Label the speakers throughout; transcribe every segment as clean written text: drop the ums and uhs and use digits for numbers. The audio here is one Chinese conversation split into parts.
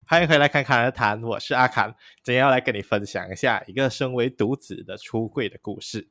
Speaker 1: 欢迎回来侃侃而谈，我是阿侃，今天要来跟你分享一下一个身为独子的出柜的故事。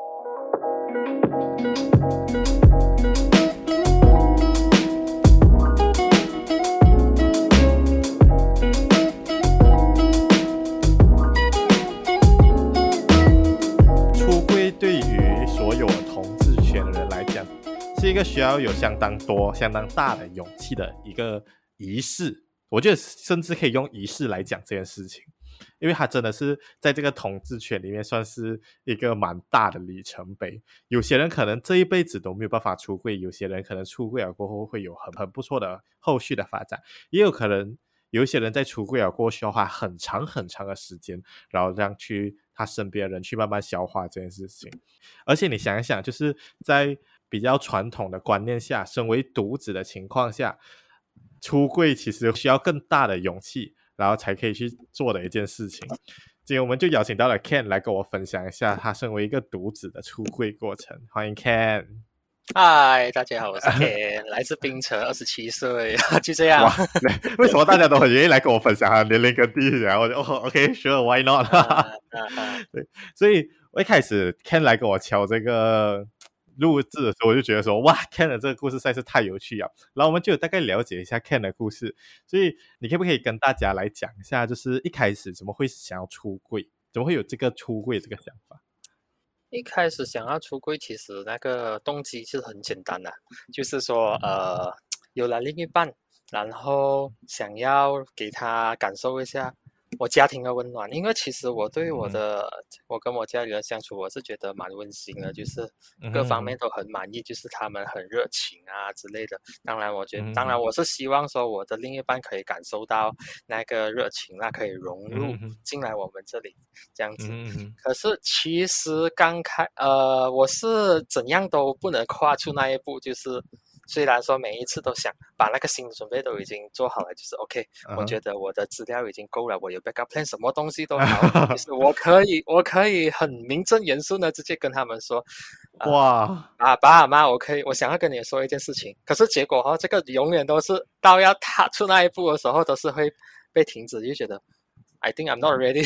Speaker 1: 出柜对于所有同志圈的人来讲，是一个需要有相当大的勇气的一个仪式。我觉得甚至可以用仪式来讲这件事情，因为它真的是在这个同志圈里面算是一个蛮大的里程碑。有些人可能这一辈子都没有办法出柜，有些人可能出柜了过后会有很不错的后续的发展，也有可能有一些人在出柜了过后需要花很长的时间，然后让他身边的人去慢慢消化这件事情。而且你想一想，就是在比较传统的观念下，身为独子的情况下，出柜其实需要更大的勇气，然后才可以去做的一件事情。今天我们就邀请到了 Ken 来跟我分享一下他身为一个独子的出柜过程。欢迎 Ken。
Speaker 2: 嗨，大家好，我是 Ken 来自槟城，27岁就这样。
Speaker 1: 为什么大家都很愿意来跟我分享他年龄跟地域啊？我就OK sure why not 对，所以我一开始 Ken 来跟我敲这个录制的时候，我就觉得说哇 Ken 的这个故事实在是太有趣了，然后我们就大概了解一下 Ken 的故事。所以你可不可以跟大家来讲一下，就是一开始怎么会想要出柜，怎么会有这个出柜这个想法？
Speaker 2: 一开始想要出柜，其实那个动机是很简单的，就是说有了另一半，然后想要给他感受一下我家庭的温暖。因为其实我对我跟我家里人相处，我是觉得蛮温馨的，就是各方面都很满意，就是他们很热情啊之类的。当然我是希望说我的另一半可以感受到那个热情，那可以融入进来我们这里这样子。可是其实我是怎样都不能跨出那一步，就是虽然说每一次都想把那个心理准备都已经做好了，就是 OK，我觉得我的资料已经够了，我有 backup plan， 什么东西都好，就是我可以很名正言顺的直接跟他们说，
Speaker 1: 哇，
Speaker 2: 爸妈，我想要跟你说一件事情。可是结果这个永远都是到要踏出那一步的时候，都是会被停止，就觉得 I think I'm not ready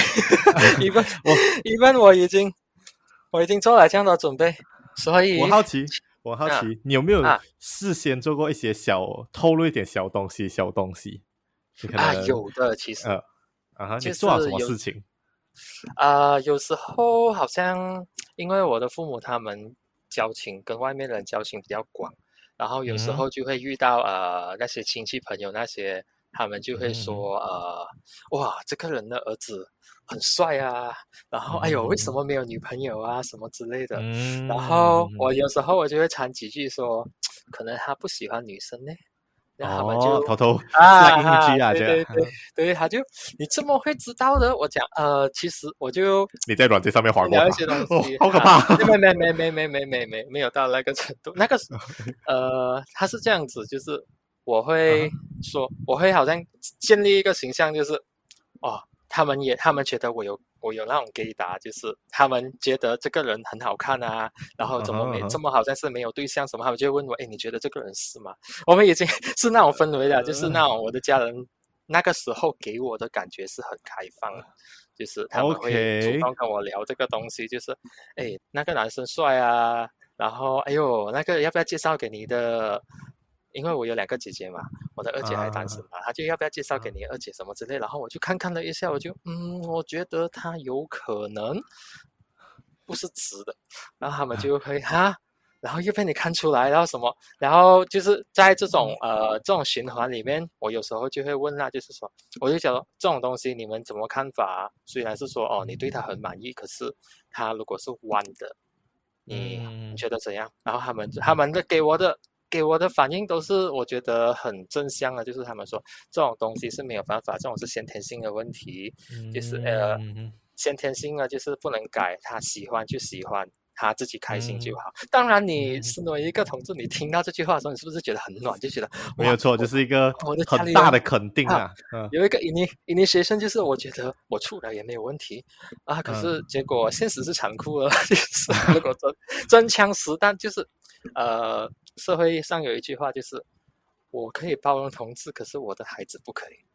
Speaker 2: even 我已经做了这样的准备，所以
Speaker 1: 我好奇，你有没有事先做过一些透露一点小东西？你可能
Speaker 2: 有的，其实
Speaker 1: 你做了什么事情？
Speaker 2: 有时候好像因为我的父母他们交情跟外面的人交情比较广，然后有时候就会遇到那些亲戚朋友那些，他们就会说哇，这个人的儿子很帅啊，然后哎呦为什么没有女朋友啊什么之类的，然后有时候我就会掺几句说可能他不喜欢女生呢，然后他们就
Speaker 1: 偷偷塞进去啊，
Speaker 2: 对，他就你这么会知道的？我讲其实我就
Speaker 1: 你在软件上面划过
Speaker 2: 聊一些东西，
Speaker 1: 好可怕！
Speaker 2: 没有到那个程度。那个他是这样子，就是我会说，我会好像建立一个形象，就是他们觉得我有那种给答，就是他们觉得这个人很好看啊，然后怎么这么好像是没有对象什么，他们就会问我，你觉得这个人是吗？我们已经是那种氛围了，就是那种我的家人那个时候给我的感觉是很开放的，就是他们会主动跟我聊这个东西，就是那个男生帅啊，然后哎呦那个要不要介绍给你的？因为我有2个姐姐嘛，我的二姐还单身嘛，她就要不要介绍给你二姐什么之类，然后我就看了一下，我就我觉得她有可能不是直的，然后他们就会然后又被你看出来，然后什么，然后就是在这种循环里面，我有时候就会问就是说，我就讲这种东西你们怎么看法？虽然是说你对他很满意，可是他如果是弯的，你觉得怎样？然后他们给我的反应都是我觉得很正向的，就是他们说这种东西是没有办法，这种是先天性的问题，就是先天性的就是不能改，他喜欢就喜欢，他自己开心就好。当然你身为一个同志，你听到这句话的时候，你是不是觉得很暖，就觉得
Speaker 1: 没有错，就是一个很大的肯定
Speaker 2: 有一个 initiation， 就是我觉得我出来也没有问题可是结果现实是残酷的，就是如果真枪实弹，就是社会上有一句话，就是我可以包容同志，可是我的孩子不可以。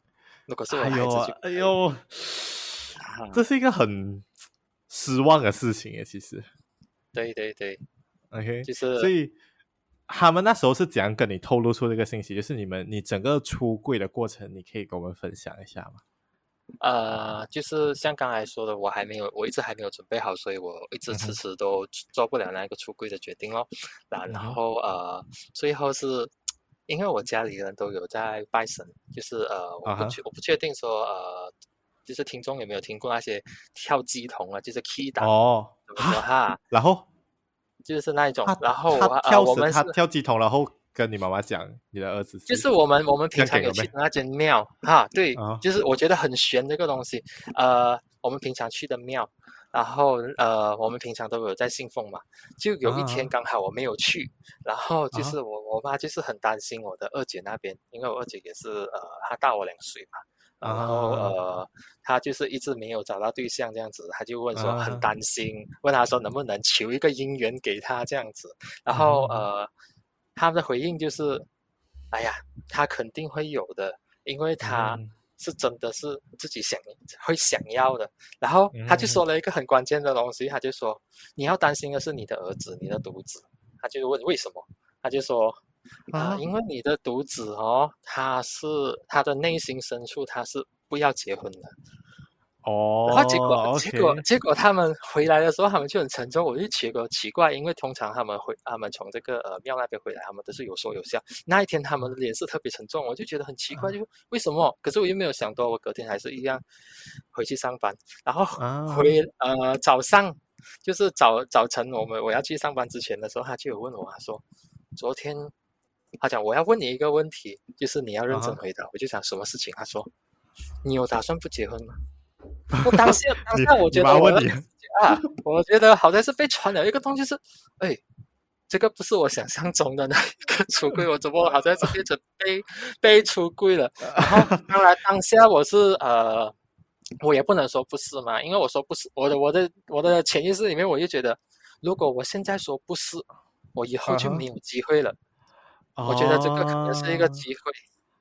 Speaker 2: 如果是我的孩子就
Speaker 1: 哎呦，这是一个很失望的事情耶，其实。
Speaker 2: 对对对，
Speaker 1: OK，
Speaker 2: 就是
Speaker 1: 所以他们那时候是怎样跟你透露出这个信息？就是你整个出柜的过程，你可以跟我们分享一下吗？
Speaker 2: 就是像刚才说的，我一直还没有准备好，所以我一直迟迟都做不了那个出柜的决定咯。然后最后是因为我家里人都有在拜神，就是我不确定说就是听众有没有听过那些跳鸡童啊，就是 key 档怎么说哈，
Speaker 1: 然后
Speaker 2: 就是那一种，然后
Speaker 1: 他跳鸡童，然后跟你妈妈讲你的儿子
Speaker 2: 就是我们平常有去的那间庙哈，对，就是我觉得很玄这个东西，我们平常去的庙，然后我们平常都有在信奉嘛，就有一天刚好我没有去，然后就是我妈就是很担心我的二姐那边，因为我二姐也是她大我2岁嘛。然后她就是一直没有找到对象这样子，她就问说很担心，问她说能不能求一个姻缘给她这样子，然后她的回应就是，哎呀，她肯定会有的，因为她是真的是自己会想要的。然后她就说了一个很关键的东西，她就说你要担心的是你的儿子，你的独子。她就问为什么，她就说因为你的独子哦，他的内心深处他是不要结婚的。然后结果他们回来的时候，他们就很沉重，我就觉得奇怪，因为通常他们从这个庙那边回来，他们都是有说有笑。那一天他们的脸是特别沉重，我就觉得很奇怪，就为什么？可是我又没有想多，我隔天还是一样回去上班，然后早上就是早晨我要去上班之前的时候，他就有问我，他说昨天。他讲我要问你一个问题，就是你要认真回答。我就想什么事情？他说你有打算不结婚吗？我当下我觉得我觉得好像是被传了一个东西，是这个不是我想象中的那个出柜，我怎么好像是变成被出柜了？然后当然当下我是我也不能说不是嘛，因为我说不是，我的潜意识里面我就觉得，如果我现在说不是，我以后就没有机会了。我觉得这个可能是一个机会。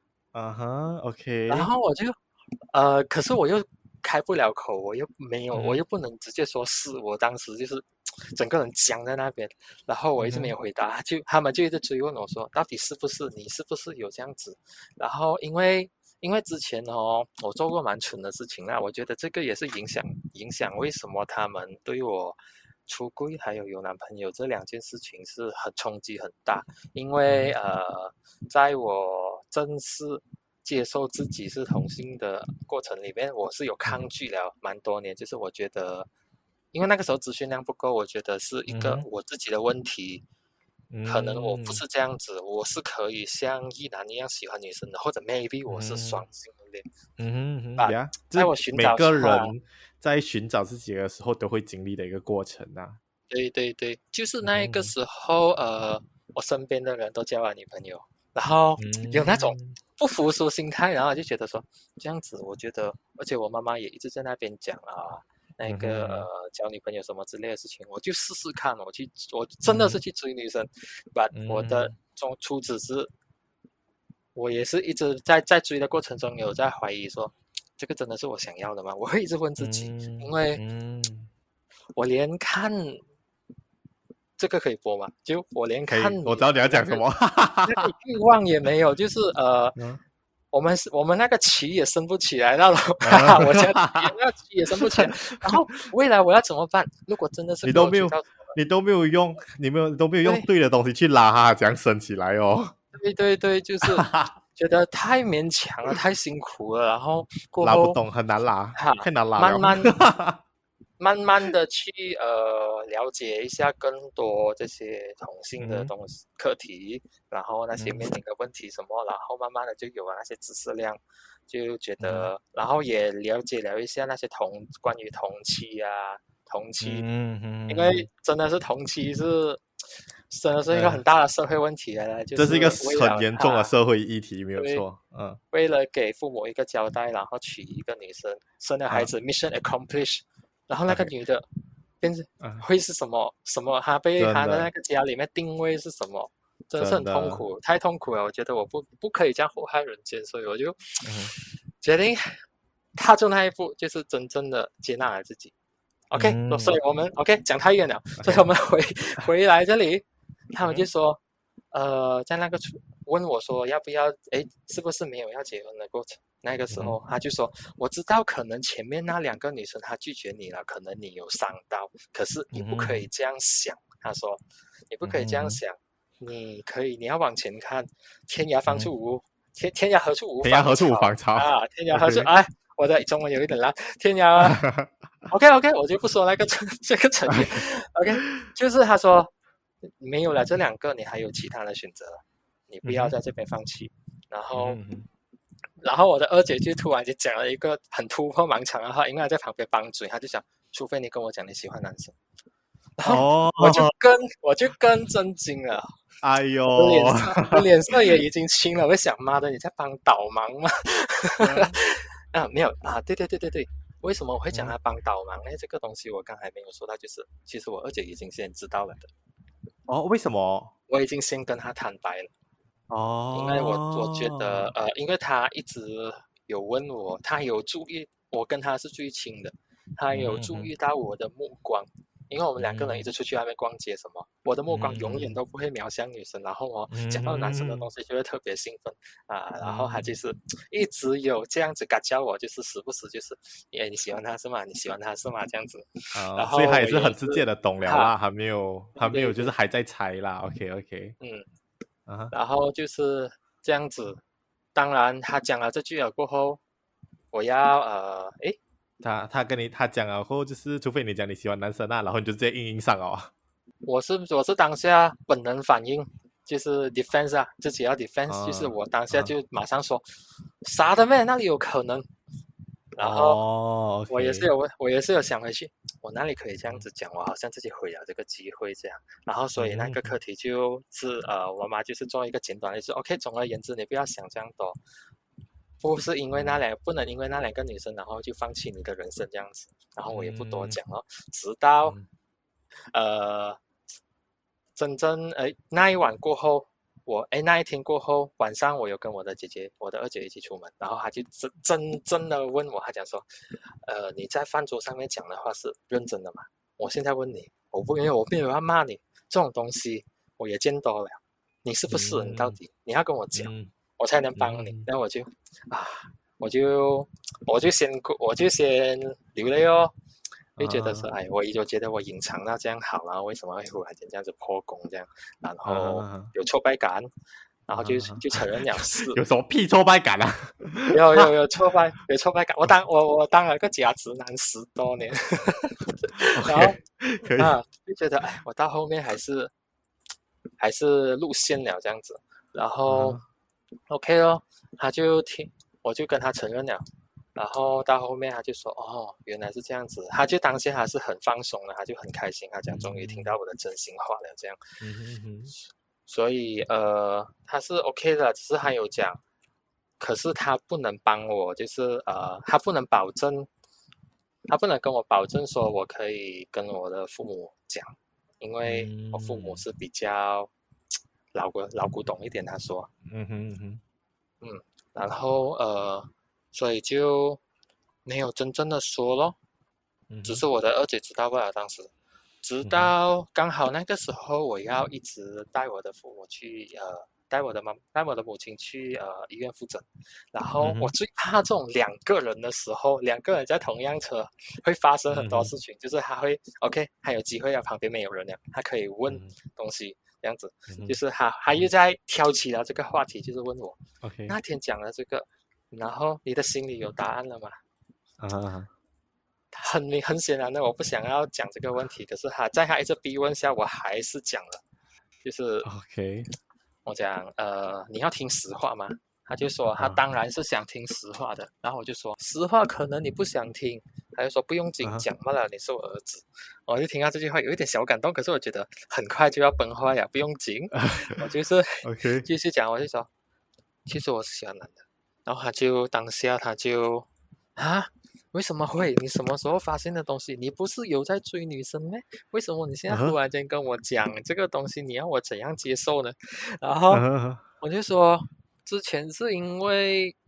Speaker 1: OK。
Speaker 2: 然后我就可是我又开不了口，我又没有，我又不能直接说是。我当时就是整个人僵在那边，然后我一直没有回答，他们就一直追问我说，到底是不是你是不是有这样子？然后因为之前我做过蛮蠢的事情啊，我觉得这个也是影响为什么他们对我出柜还有男朋友这2件事情是很冲击很大，因为在我正式接受自己是同性的过程里面，我是有抗拒了蛮多年，就是我觉得因为那个时候资讯量不够，我觉得是一个我自己的问题，可能我不是这样子，我是可以像异男一样喜欢女生的，或者 maybe 我是双性恋。在我寻找
Speaker 1: 每个人在寻找自己的时候都会经历的一个过程啊。
Speaker 2: 对对对，就是那个时候我身边的人都交了女朋友，然后有那种不服输心态，然后就觉得说这样子，我觉得，而且我妈妈也一直在那边讲那个交女朋友什么之类的事情，我就试试看，我真的是去追女生，but 我的初衷是，我也是一直在追的过程中有在怀疑说，这个真的是我想要的吗？我会一直问自己，因为我连看这个可以播吗？就我连看
Speaker 1: 我知道你要讲什么，
Speaker 2: 那个欲望也没有，就是我们那个旗也升不起来了，我家那个旗也升不起来。然后未来我要怎么办？如果真的是
Speaker 1: 你都没有用对的东西去拉它，这样升起来哦。
Speaker 2: 对，就是觉得太勉强了，太辛苦了，然后过后
Speaker 1: 拉不动，很难拉，太难拉了。
Speaker 2: 慢慢的去了解一下更多这些同性的东西课题，然后那些面临的问题什么，然后慢慢的就有了那些知识量，就觉得，然后也了解了一下那些关于同妻，因为真的是同妻真的是一个很大的社会问题来就是
Speaker 1: 这是一个很严重的社会议题，没有错。
Speaker 2: 为了给父母一个交代，然后娶一个女生，生了孩子，mission accomplished。然后那个女的会是什么？她被她的那个家里面定位是什么？真的是很痛苦，太痛苦了。我觉得我不可以这样祸害人间，所以我就决定踏出那一步，就是真正的接纳了自己。OK，所以我们 OK 讲太远了，所以我们回来这里，他们就说，在那个问我说要不要，是不是没有要结婚的过程？那个时候他就说，我知道可能前面那2个女生她拒绝你了，可能你有伤到，可是你不可以这样想。他说，你不可以这样想，你要往前看，天涯何处无
Speaker 1: 天涯何处无芳草
Speaker 2: 啊，天涯何处哎。我的中文有一点烂，天涯OK， 我就不说这个成语OK， 就是他说没有了这2个，你还有其他的选择，你不要在这边放弃。然后我的二姐就突然就讲了一个很突破盲肠的话，因为她在旁边帮嘴，她就讲，除非你跟我讲你喜欢男生。然后我就更震惊了，
Speaker 1: 哎呦，
Speaker 2: 我脸色也已经青了，我想妈的，你在帮倒忙吗？没有啊，对，为什么我会讲他帮倒忙呢？这个东西我刚才没有说到，就是其实我二姐已经先知道了的。
Speaker 1: 为什么？
Speaker 2: 我已经先跟他坦白了。因为我觉得因为他一直有问我，他有注意，我跟他是最亲的，他有注意到我的目光。因为我们2个人一直出去外面逛街什么，我的目光永远都不会瞄向女生，然后讲到男生的东西就会特别兴奋然后他就是一直有这样子嘎教我，就是时不时就是你喜欢他是吗？你喜欢他是吗？这样子然后
Speaker 1: 所以他也是很直接的懂了啦，还没有就是还在猜啦。OK
Speaker 2: 然后就是这样子。当然他讲了这句了过后，我要
Speaker 1: 他跟你讲了后，就是除非你讲你喜欢男生然后你就直接硬上
Speaker 2: 我是当下本能反应就是 defense 自己要 defense，就是我当下就马上说傻的咩，那里有可能。然后我也是有想回去，我哪里可以这样子讲，我好像自己毁了这个机会这样。然后所以那个课题就是我妈就是做一个简短的，就是 OK， 总而言之你不要想这样多，不能因为那2个女生然后就放弃你的人生这样子。然后我也不多讲直到真正那一晚过后，那一天过后晚上，我有跟我的二姐一起出门，然后她就真正的问我，她讲说你在饭桌上面讲的话是认真的吗？我现在问你，因为我没有要骂你，这种东西我也见多了，你是不是人到底你要跟我讲我才能帮你。然后我就先流泪就觉得说我觉得我隐藏到这样好，然后为什么会忽然间这样子破功这样，然后有挫败感，然后就承认了事。
Speaker 1: 有什么屁挫败感啊？
Speaker 2: 有挫败感。我当了个假直男10多年然后
Speaker 1: 可以
Speaker 2: 就觉得我到后面还是露馅了这样子。然后OK 他就听，我就跟他承认了。然后到后面他就说原来是这样子，他就当下还是很放松了，他就很开心，他讲终于听到我的真心话了这样。所以他是 OK 的，只是他有讲，可是他不能帮我，就是他不能跟我保证说我可以跟我的父母讲，因为我父母是比较老古董一点，他说然后所以就没有真正的说咯，只是我的二姐知道不了当时。直到刚好那个时候，我要一直带我的父母去带我的母亲去医院复诊。然后我最怕这种2个人的时候，2个人在同样车会发生很多事情，就是他会 OK， 他有机会旁边没有人了，他可以问东西这样子。就是他又在挑起了这个话题，就是问我那天讲了这个，然后你的心里有答案了吗？很显然的我不想要讲这个问题，可是在他一直逼问下，我还是讲了。就是我讲你要听实话吗？他就说他当然是想听实话的。然后我就说实话可能你不想听，他就说不用紧，讲罢了，你是我儿子。我就听到这句话有一点小感动，可是我觉得很快就要崩坏了，不用紧我就是继续讲，我就说其实我是喜欢男的。然后当下他就为什么会？你什么时候发现的东西？你不是有在追女生吗？为什么你现在忽然间跟我讲这个东西？你要我怎样接受呢？然后我就说，之前是因为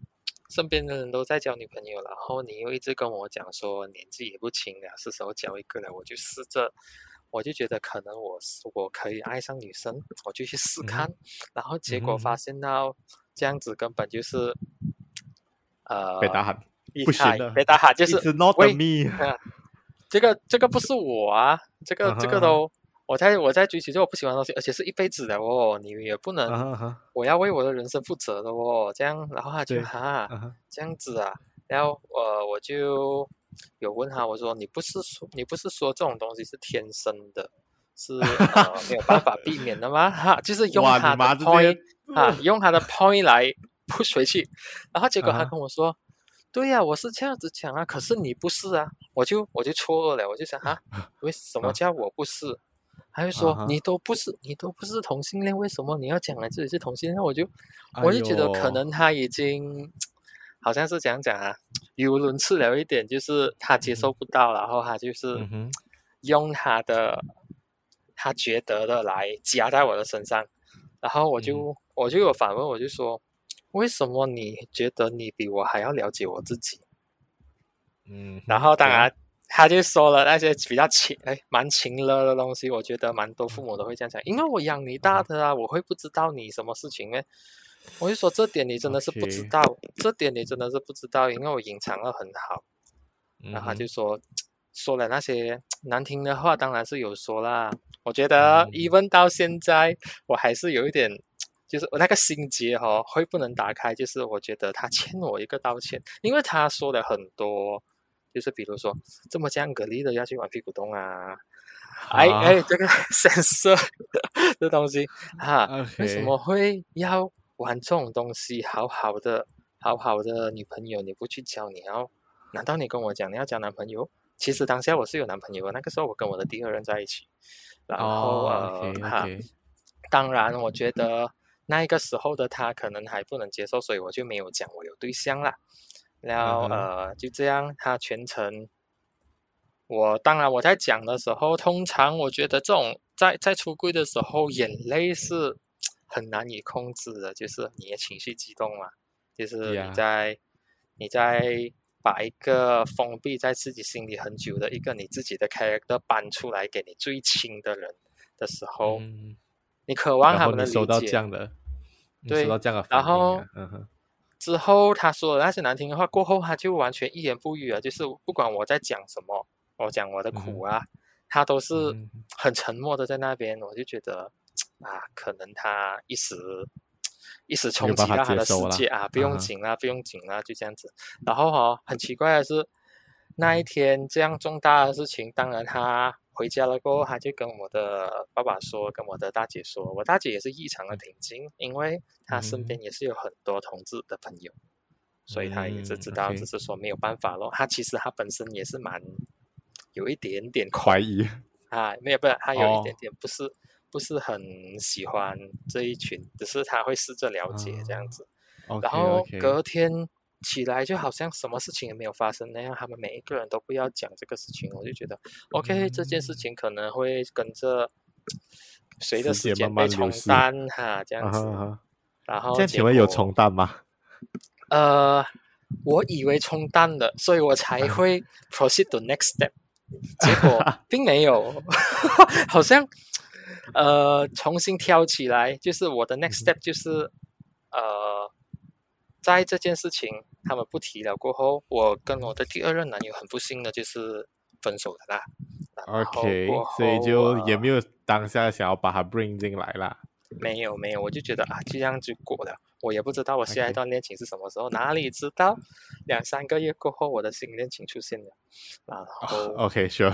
Speaker 2: 身边的人都在交女朋友，然后你又一直跟我讲说年纪也不轻了，是时候交一个了，我就试着。我就觉得可能我可以爱上女生，我就去试看，然后结果发现到这样子根本就是
Speaker 1: 被打喊不行的，
Speaker 2: 被打喊就是
Speaker 1: It's not
Speaker 2: 喂
Speaker 1: me
Speaker 2: 这个不是我啊，这个都我在追求这我不喜欢的东西，而且是一辈子的哦，你也不能我要为我的人生负责的哦，这样，然后他就这样子啊，然后我就有问他，我说你不是说这种东西是天生的，是没有办法避免的吗？哈，就是用他的 point 用他的 point 来 push 回去，然后结果他跟我说。对呀，我是这样子讲啊，可是你不是啊，我就错愕了，我就想为什么叫我不是？他就说你都不是同性恋，为什么你要讲来自己是同性恋？我就觉得可能他已经好像是讲啊，语无伦次了一点，就是他接受不到，然后他就是用他觉得的来加在我的身上，然后我就有反问，我就说。为什么你觉得你比我还要了解我自己？然后当然他就说了那些比较蛮情勒的东西，我觉得蛮多父母都会这样讲，因为我养你大的啊，我会不知道你什么事情呢？我就说这点你真的是不知道，这点你真的是不知道，因为我隐藏得很好。然后他就说了那些难听的话，当然是有说啦。我觉得even到现在，我还是有一点。就是我那个心结会不能打开，就是我觉得他欠我一个道歉，因为他说了很多，就是比如说这么这样蛤蜊的要去玩屁股洞啊，这个sense 这东西为什么会要玩这种东西？好好的女朋友你不去交，难道你跟我讲你要交男朋友？其实当下我是有男朋友的，那个时候我跟我的第二任在一起，然后当然我觉得。那一个时候的他可能还不能接受，所以我就没有讲我有对象啦。然后就这样，他全程当然我在讲的时候，通常我觉得这种在出柜的时候，眼泪是很难以控制的，就是你的情绪激动嘛，就是你在把一个封闭在自己心里很久的一个你自己的 character 搬出来给你最亲的人的时候。你渴望他们的理解，
Speaker 1: 收到这样的，
Speaker 2: 对，
Speaker 1: 收到这样的
Speaker 2: 然后之后他说的那些难听的话过后，他就完全一言不语了，就是不管我在讲什么，我讲我的苦他都是很沉默的在那边。我就觉得可能他一时冲击到他的世界不用紧啦，就这样子。然后很奇怪的是，那一天这样重大的事情，当然他回家了过后，他就跟我的爸爸说，跟我的大姐说，我大姐也是异常的挺进，因为她身边也是有很多同志的朋友，所以她也是知道，只是说没有办法咯。她其实她本身也是有一点点
Speaker 1: 怀疑
Speaker 2: 没有，不是，她有一点点不是很喜欢这一群，只是她会试着了解这样子。然后隔天起来就好像什么事情也没有发生那样，他们每一个人都不要讲这个事情，我就觉得 OK， 这件事情可能会跟着随着时间被冲淡这样子。然后
Speaker 1: 这样请问有冲淡吗？
Speaker 2: 我以为冲淡了，所以我才会 proceed to next step， 结果并没有好像重新挑起来，就是我的 next step 就是在这件事情他们不提了过后，我跟我的第二任男友很不幸的就是分手的啦。
Speaker 1: OK， 所以就也没有当下想要把他 bring 进来啦。
Speaker 2: 没有，我就觉得这样就过了。我也不知道我下一段恋情是什么时候，哪里知道2-3个月过后我的新恋情出现了。然后
Speaker 1: OK sure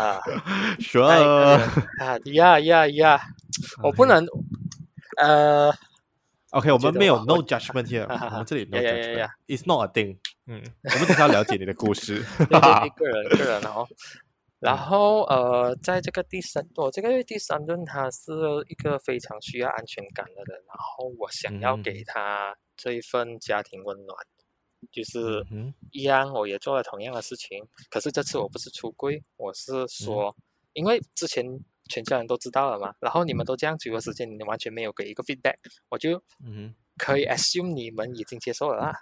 Speaker 2: 我不能
Speaker 1: OK， 我们没有 no judgment here， 我们这里 no judgment，it's not a thing。我们只是要了解你的故事。
Speaker 2: 个人然后在这个第三任他是一个非常需要安全感的人，然后我想要给他这一份家庭温暖，就是一样我也做了同样的事情，可是这次我不是出柜，我是说因为之前全家人都知道了嘛，然后你们都这样久的时间，你完全没有给一个 feedback， 我就可以 assume 你们已经接受了啦，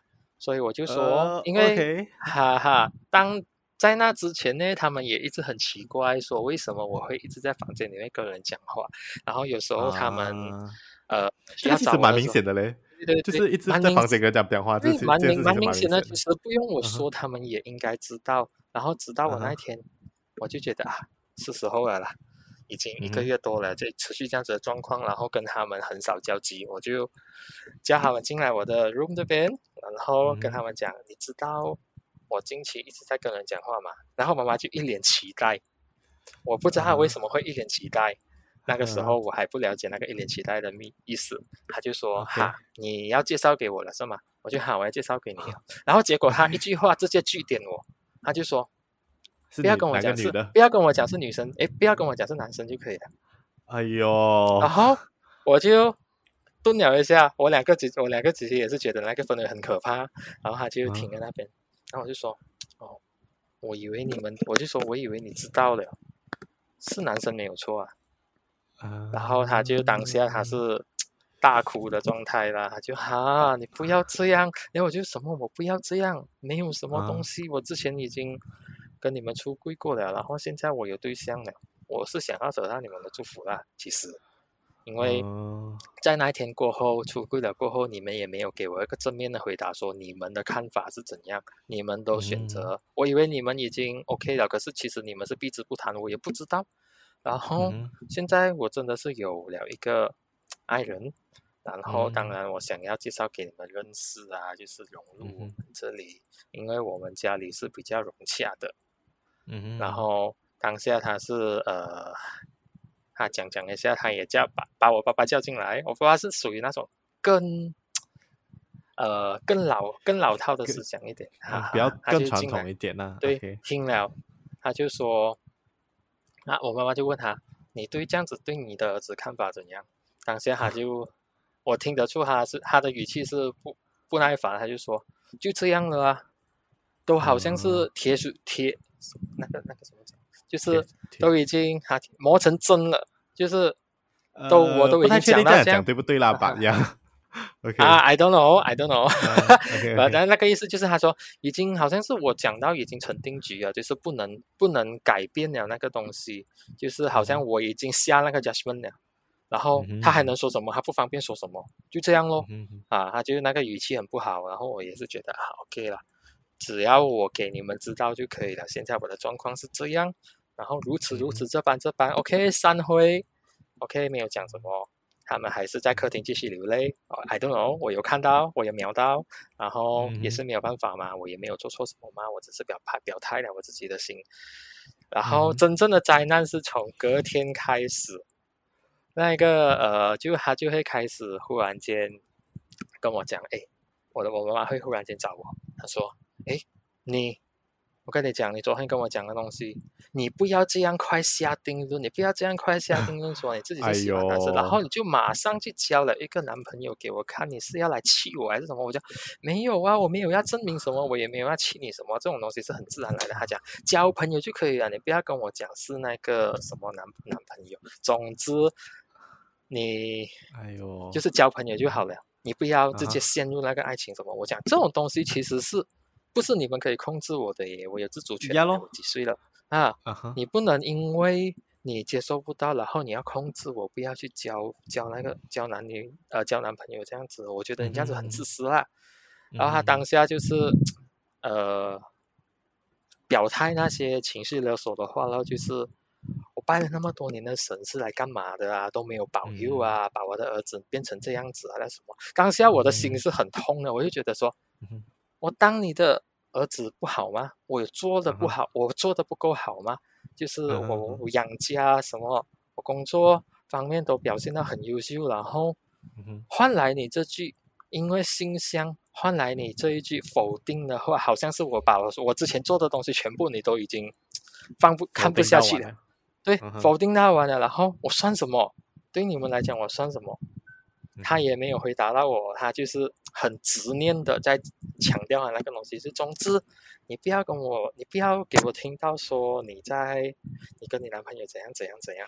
Speaker 2: 所以我就说，因为
Speaker 1: OK
Speaker 2: 哈哈，在那之前呢，他们也一直很奇怪，说为什么我会一直在房间里面跟人讲话，然后有时候他们
Speaker 1: 啊，这个
Speaker 2: 要
Speaker 1: 其实蛮明
Speaker 2: 找我的时候，
Speaker 1: 显的嘞，
Speaker 2: 对对对，
Speaker 1: 就是一直
Speaker 2: 蛮明
Speaker 1: 在房间跟人家讲话，
Speaker 2: 对，
Speaker 1: 这件事情是
Speaker 2: 蛮明显的。
Speaker 1: 蛮明显的。
Speaker 2: 其实不用我
Speaker 1: 嗯哼，
Speaker 2: 说，他们也应该知道。然后直到
Speaker 1: 啊哈，
Speaker 2: 我那一天，我就觉得啊，是时候了啦，已经一个
Speaker 1: 嗯哼，
Speaker 2: 月多了，这持续这样子的状况，然后跟他们很少交集，我就叫他们进来我的 room 这边，然后
Speaker 1: 嗯哼，
Speaker 2: 跟他们讲，你知道我近期一直在跟人讲话嘛？然后妈妈就一脸期待，我不知道她为
Speaker 1: 啊
Speaker 2: 什么会一脸期待。那个时
Speaker 1: 啊
Speaker 2: 候我还不了解那个一脸期待的意思，他就说
Speaker 1: ，OK，
Speaker 2: 哈，你要介绍给我了是吗？我就好，我要介绍给你了。然后结果他一句话直接句点我，他就说不要
Speaker 1: 是哪个
Speaker 2: 跟我讲是，
Speaker 1: 女的？
Speaker 2: 不要跟我讲是女生，诶，不要跟我讲是男生就可以了。
Speaker 1: 哎呦，
Speaker 2: 然后我就顿了一下，我两个姐姐也是觉得那个氛围很可怕，然后他就停在
Speaker 1: 啊
Speaker 2: 那边，然后我就说哦，我就说我以为你知道了，是男生没有错啊。然后他就当下他
Speaker 1: 啊，
Speaker 2: 是大哭的状态啦，他就哈你不要这样，然后我就什么我不要这样，没有什么东
Speaker 1: 啊，
Speaker 2: 西，我之前已经跟你们出柜过了，然后现在我有对象了，我是想要得到你们的祝福啦，其实。因为
Speaker 1: 哦，
Speaker 2: 在那一天过后，出柜了过后，你们也没有给我一个正面的回答，说你们的看法是怎样，你们都选
Speaker 1: 嗯
Speaker 2: 择，我以为你们已经 OK 了，可是其实你们是避之不谈，我也不知道。然后
Speaker 1: 嗯
Speaker 2: 现在我真的是有了一个爱人，然后当
Speaker 1: 嗯
Speaker 2: 然我想要介绍给你们认识啊，就是融入我们
Speaker 1: 嗯
Speaker 2: 这里，因为我们家里是比较融洽的。然
Speaker 1: 嗯
Speaker 2: 后当下他是他讲一下，他也把我爸爸叫进来，我爸爸是属于那种更更老套的思想一点，哈
Speaker 1: 比较
Speaker 2: 哈，他
Speaker 1: 更传
Speaker 2: 就进来，
Speaker 1: 统一点啦。
Speaker 2: 对，
Speaker 1: OK，
Speaker 2: 听了，他就说，我妈妈就问他，你对这样子对你的儿子看法怎样？当下他就，我听得出他的语气是不耐烦，他就说，就这样了啊，都好像
Speaker 1: 嗯，
Speaker 2: 是铁那个什么讲，就
Speaker 1: 铁
Speaker 2: 是
Speaker 1: 铁
Speaker 2: 都已经磨成针了，就是我都已经
Speaker 1: 不太确定这
Speaker 2: 讲到这样。
Speaker 1: 样讲对不对啦，吧呀
Speaker 2: 啊
Speaker 1: ，OK，
Speaker 2: ，I don't know，I don't know，
Speaker 1: OK
Speaker 2: 反
Speaker 1: OK，
Speaker 2: 正那个意思就是他说已经好像是我讲到已经成定局了，就是不能改变了那个东西，就是好像我已经下那个 judgment 了，然后他还能说什么？他不方便说什么，就这样咯。他就是那个语气很不好，然后我也是觉得OK 了，只要我给你们知道就可以了。现在我的状况是这样，然后如此如此这般，OK，散会，OK，没有讲什么。他们还是在客厅继续流泪。I don't know，我有看到，我有瞄到，然后也是没有办法嘛，我也没有做错什么嘛，我只是表态了我自己的心。然后真正的灾难是从隔天开始，那个他就会开始忽然间跟我讲，哎，我妈妈会忽然间找我，她说，哎，我跟你讲，你昨天跟我讲的东西，你不要这样快下定论，你不要这样快下定论，说你自己是
Speaker 1: 哎
Speaker 2: 喜欢男生，然后
Speaker 1: 呦，
Speaker 2: 你就马上去交了一个男朋友给我看，你是要来气我还是什么？我讲没有啊，我没有要证明什么，我也没有要气你什么，这种东西是很自然来的。他讲交朋友就可以了，你不要跟我讲是那个什么男朋友。总之，你
Speaker 1: 哎呦，
Speaker 2: 就是交朋友就好了，你不要直接
Speaker 1: 啊哈，
Speaker 2: 陷入那个爱情什么。我讲这种东西其实是不是你们可以控制我的耶？我有自主权的，
Speaker 1: 呀咯，
Speaker 2: 我几岁了啊？
Speaker 1: 啊哈，
Speaker 2: 你不能因为你接受不到，然后你要控制我，不要去交男朋友这样子，我觉得你这样子很自私啦。然后他当下就是呃表态那些情绪勒索的话，然后就是我拜了那么多年的神是来干嘛的啊？都没有保佑啊，把我的儿子变成这样子啊，那什么？当下我的心是很痛的，我就觉得说，我当你的儿子不好吗？我做的不好，我做的不够好吗？就是我养家什么，我工作方面都表现得很优秀，然后换来你这句因为馨香换来你这一句否定的话，好像是我把我之前做的东西全部你都已经看不下去了，对，否定到完了，然后我算什么？对你们来讲我算什么？他也没有回答到我，他就是很执念的在强调那个东西是总之你不要给我听到说你跟你男朋友怎样怎样怎样，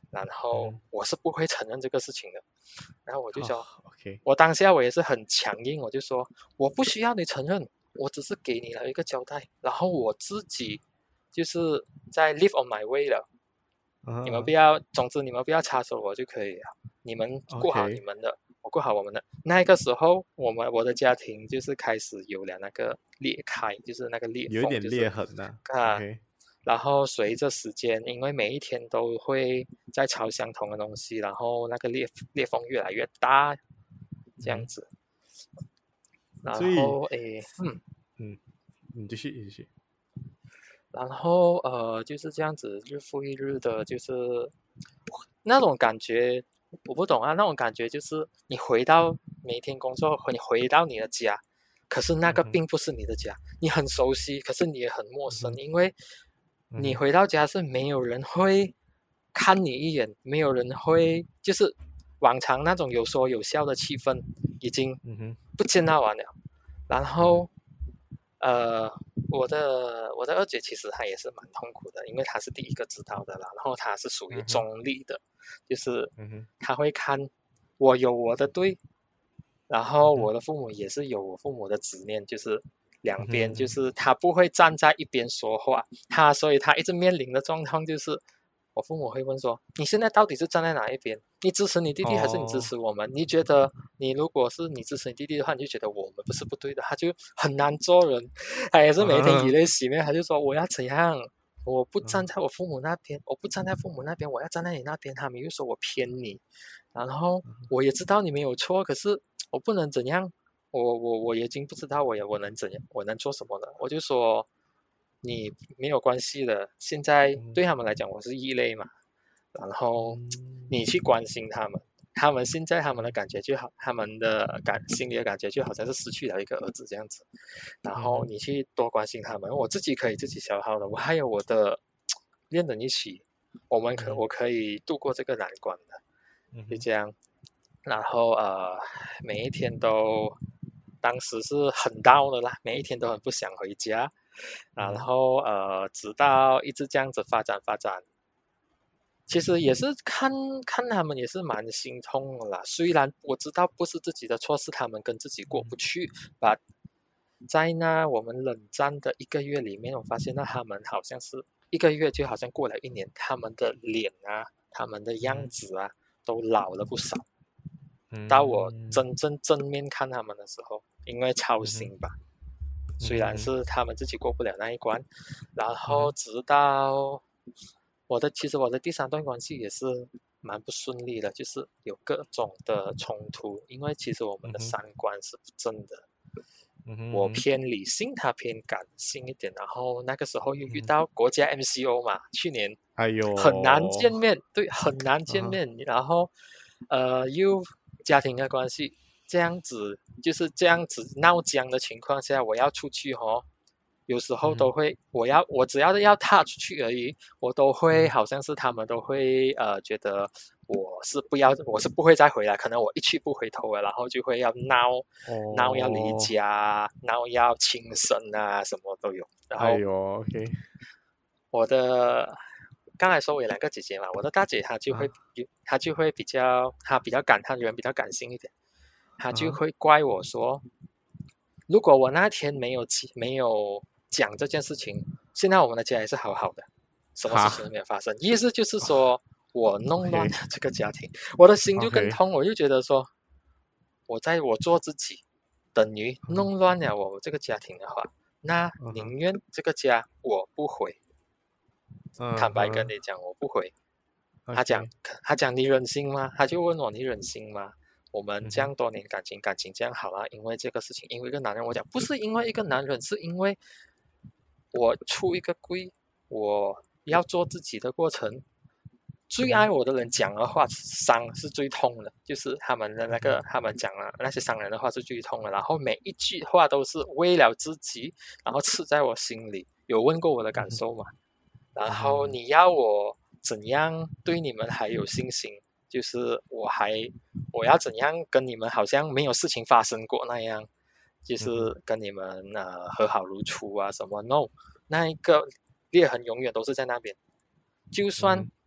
Speaker 2: 然后我是不会承认这个事情的。然后我就说
Speaker 1: ，OK，
Speaker 2: 我当下我也是很强硬，我就说我不需要你承认，我只是给你了一个交代，然后我自己就是在 live on my way 了。你们不要，总之你们不要插手我就可以了。你们过好你们的，我过好我们的。那个时候，我的家庭就是开始有了那个裂开，就是那个裂缝，
Speaker 1: 有一点裂痕呐。OK，
Speaker 2: 然后随着时间，因为每一天都会在吵相同的东西，然后那个裂缝越来越大，这样子。然后
Speaker 1: 你继续。
Speaker 2: 然后就是这样子，日复一日的，就是那种感觉，我不懂啊，那种感觉就是你回到每天工作，你回到你的家，可是那个并不是你的家，你很熟悉，可是你也很陌生，因为你回到家是没有人会看你一眼，没有人会就是往常那种有说有笑的气氛已经不见那完了，然后我的二姐其实她也是蛮痛苦的，因为她是第一个知道的啦，然后她是属于中立的，就是她会看我有我的对，然后我的父母也是有我父母的执念，就是两边就是她不会站在一边说话，所以她一直面临的状况就是我父母会问说你现在到底是站在哪一边？你支持你弟弟还是你支持我们？你觉得你如果是你支持你弟弟的话，你就觉得我们不是不对的，他就很难做人。他也是每天以泪洗面，他就说我要怎样？我不站在我父母那边，我不站在父母那边，我要站在你那边。他们又说我偏你，然后我也知道你没有错，可是我不能怎样，我已经不知道我能怎样，我能做什么了？我就说你没有关系的，现在对他们来讲我是异类嘛，然后你去关心他们，他们现在他们的感觉就好，他们的心里的感觉就好像是失去了一个儿子这样子，然后你去多关心他们，我自己可以自己消耗的，我还有我的恋人一起，我可以度过这个难关的，就这样，然后每一天都当时是很down的啦，每一天都很不想回家，然后直到一直这样子发展，其实也是看他们也是蛮心痛的啦。虽然我知道不是自己的错，是他们跟自己过不去。把在那我们冷战的1个月里面，我发现到他们好像是1个月就好像过了1年，他们的脸啊，他们的样子啊，都老了不少。到我真正正面看他们的时候，因为操心吧，虽然是他们自己过不了那一关，然后直到其实我的第3段关系也是蛮不顺利的，就是有各种的冲突，因为其实我们的3观是不正的，我偏理性，他偏感性一点，然后那个时候又遇到国家 MCO 嘛，去年很难见面，对，很难见面，然后又家庭的关系这样子，就是这样子闹僵的情况下，我要出去有时候都会，我只要踏出去而已，我都会好像是他们都会觉得我是不会再回来，可能我一去不回头了，然后就会要闹要离家，闹要轻生啊，什么都有。然后
Speaker 1: OK，
Speaker 2: 我的刚才说我有2个姐姐嘛，我的大姐她就会比较她人比较感性一点，她就会怪我说，如果我那天没有讲这件事情，现在我们的家也是好好的，什么事情都没有发生。意思就是说我弄乱了这个家庭，我的心就更痛，我就觉得说，我做自己，等于弄乱了我这个家庭的话，那宁愿这个家我不回。坦白跟你讲，我不回。他讲你忍心吗？他就问我你忍心吗？我们这样多年感情这样好啊，因为这个事情，因为一个男人，我讲不是因为一个男人，是因为我出一个柜，我要做自己的过程，最爱我的人讲的话伤是最痛的，就是他们讲的那些伤人的话是最痛的，然后每一句话都是为了自己，然后刺在我心里。有问过我的感受吗？然后你要我怎样对你们还有信心？就是我要怎样跟你们好像没有事情发生过那样，就是跟你们和好如初啊什么 ？No， 那一个裂痕永远都是在那边。就算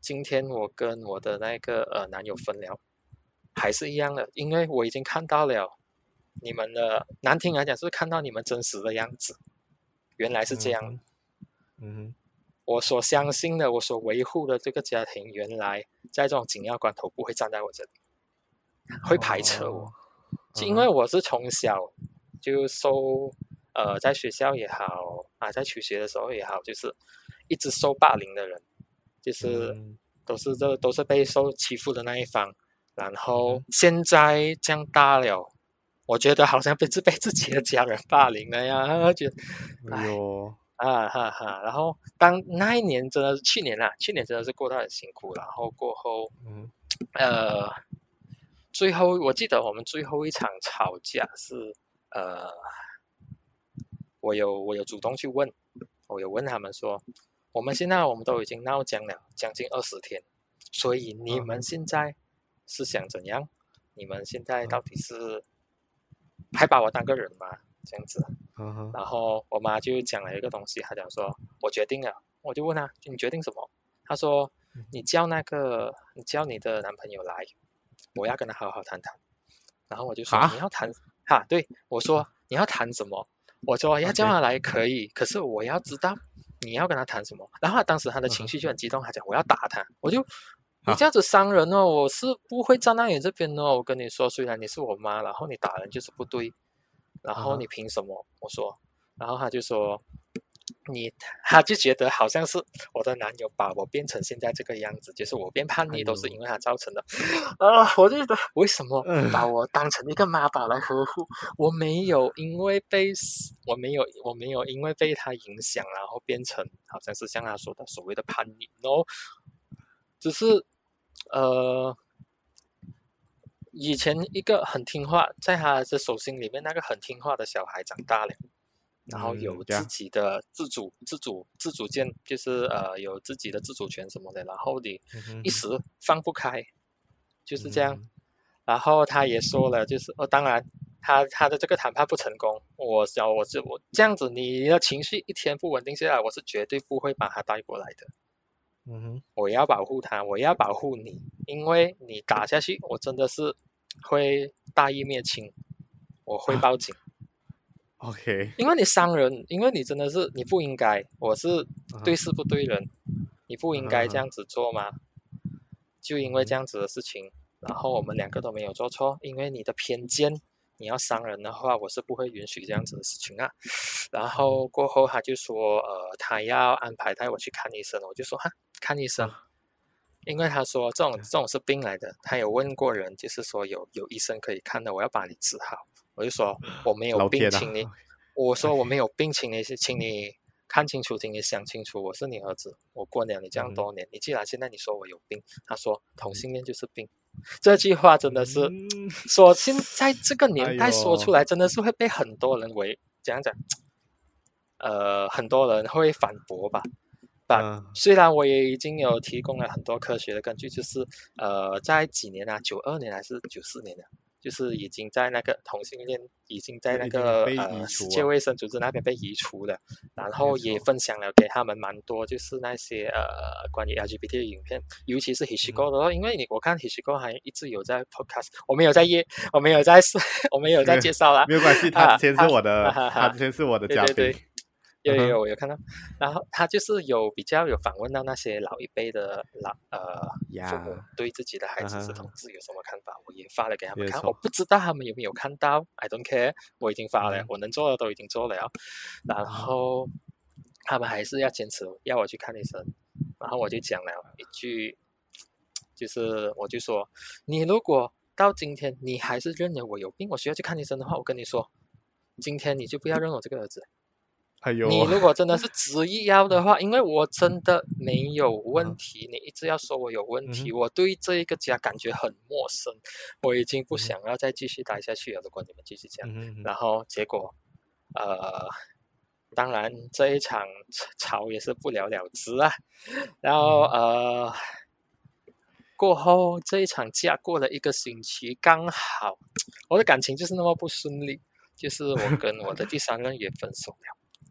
Speaker 2: 今天我跟我的那个男友分了，还是一样的，因为我已经看到了你们的，难听来讲是看到你们真实的样子，原来是这样。我所相信的，我所维护的这个家庭，原来在这种紧要关头不会站在我这里，会排斥我，就因为我是从小就受在学校也好啊，在求学的时候也好，就是一直受霸凌的人，就是都是被受欺负的那一方。然后现在这样大了，我觉得好像被自己的家人霸凌了呀，觉得
Speaker 1: 哎呦
Speaker 2: 然后当那一年真的是去年真的是过得很辛苦，然后过后最后我记得我们最后一场吵架是我有主动去问，我有问他们说，我们现在我们都已经闹僵了将近20天，所以你们现在是想怎样？你们现在到底是还把我当个人吗？这样子。然后我妈就讲了一个东西，她讲说我决定了，我就问她你决定什么？她说你叫你的男朋友来，我要跟他好好谈谈。然后我就说你要谈对，我说你要谈什么？我说要叫他来可以，可是我要知道你要跟他谈什么。然后当时他的情绪就很激动，他讲我要打他，我就你这样子伤人哦，我是不会站在你这边哦。我跟你说，虽然你是我妈，然后你打人就是不对，然后你凭什么？我说，然后他就说他就觉得好像是我的男友把我变成现在这个样子，就是我变叛逆都是因为他造成的。我就觉得为什么把我当成一个妈宝来呵护？我没有因为被他影响，然后变成好像是像他说的所谓的叛逆，no，只是以前一个很听话，在他的手心里面那个很听话的小孩长大了。然后有自己的自主权，就是有自己的自主权什么的，然后你一时放不开，就是这样。然后他也说了，就是当然他的这个谈判不成功，我这样子，你的情绪一天不稳定下来，我是绝对不会把他带过来的。我要保护他，我要保护你，因为你打下去，我真的是会大义灭亲，我会报警。
Speaker 1: OK，
Speaker 2: 因为你伤人，因为你真的是你不应该，我是对事不对人，你不应该这样子做吗？就因为这样子的事情，然后我们两个都没有做错，因为你的偏见，你要伤人的话，我是不会允许这样子的事情啊。然后过后他就说，他要安排带我去看医生，我就说看医生，因为他说这种是病来的，他有问过人，就是说有医生可以看的，我要把你治好。我就说我没有病，我说我没有病，请你看清楚，请你想清楚，我是你儿子，我过了你这样多年，你既然现在你说我有病，他说同性恋就是病，这句话真的是说现在这个年代说出来，真的是会被很多人怎样讲，很多人会反驳吧。虽然我也已经有提供了很多科学的根据，就是在几年啊，92年还是94年的。就是已经在那个同性恋已经在那个世界卫生组织那边被移除了，然后也分享了给他们蛮多就是那些关于 LGBT 的影片，尤其是 Hishiko 的，因为我看 Hishiko 还一直有在 podcast， 我没有在介绍啦，
Speaker 1: 没有关系，他之前是我的嘉宾。
Speaker 2: 对我有看到，然后他就是比较有访问到那些老一辈的父母对自己的孩子是同志有什么看法，我也发了给他们看，我不知道他们有没有看到 ，I don't care， 我已经发了，我能做的都已经做了，然后他们还是要坚持要我去看医生，然后我就讲了一句，就是我就说，你如果到今天你还是认为我有病，我需要去看医生的话，我跟你说，今天你就不要认我这个儿子。你如果真的是执意要的话，因为我真的没有问题，你一直要说我有问题，我对这一个家感觉很陌生，我已经不想要再继续待下去了。如果你们继续这样，然后结果当然这一场吵也是不了了之啊。然后过后这一场架过了1个星期，刚好我的感情就是那么不顺利，就是我跟我的第3任也分手了。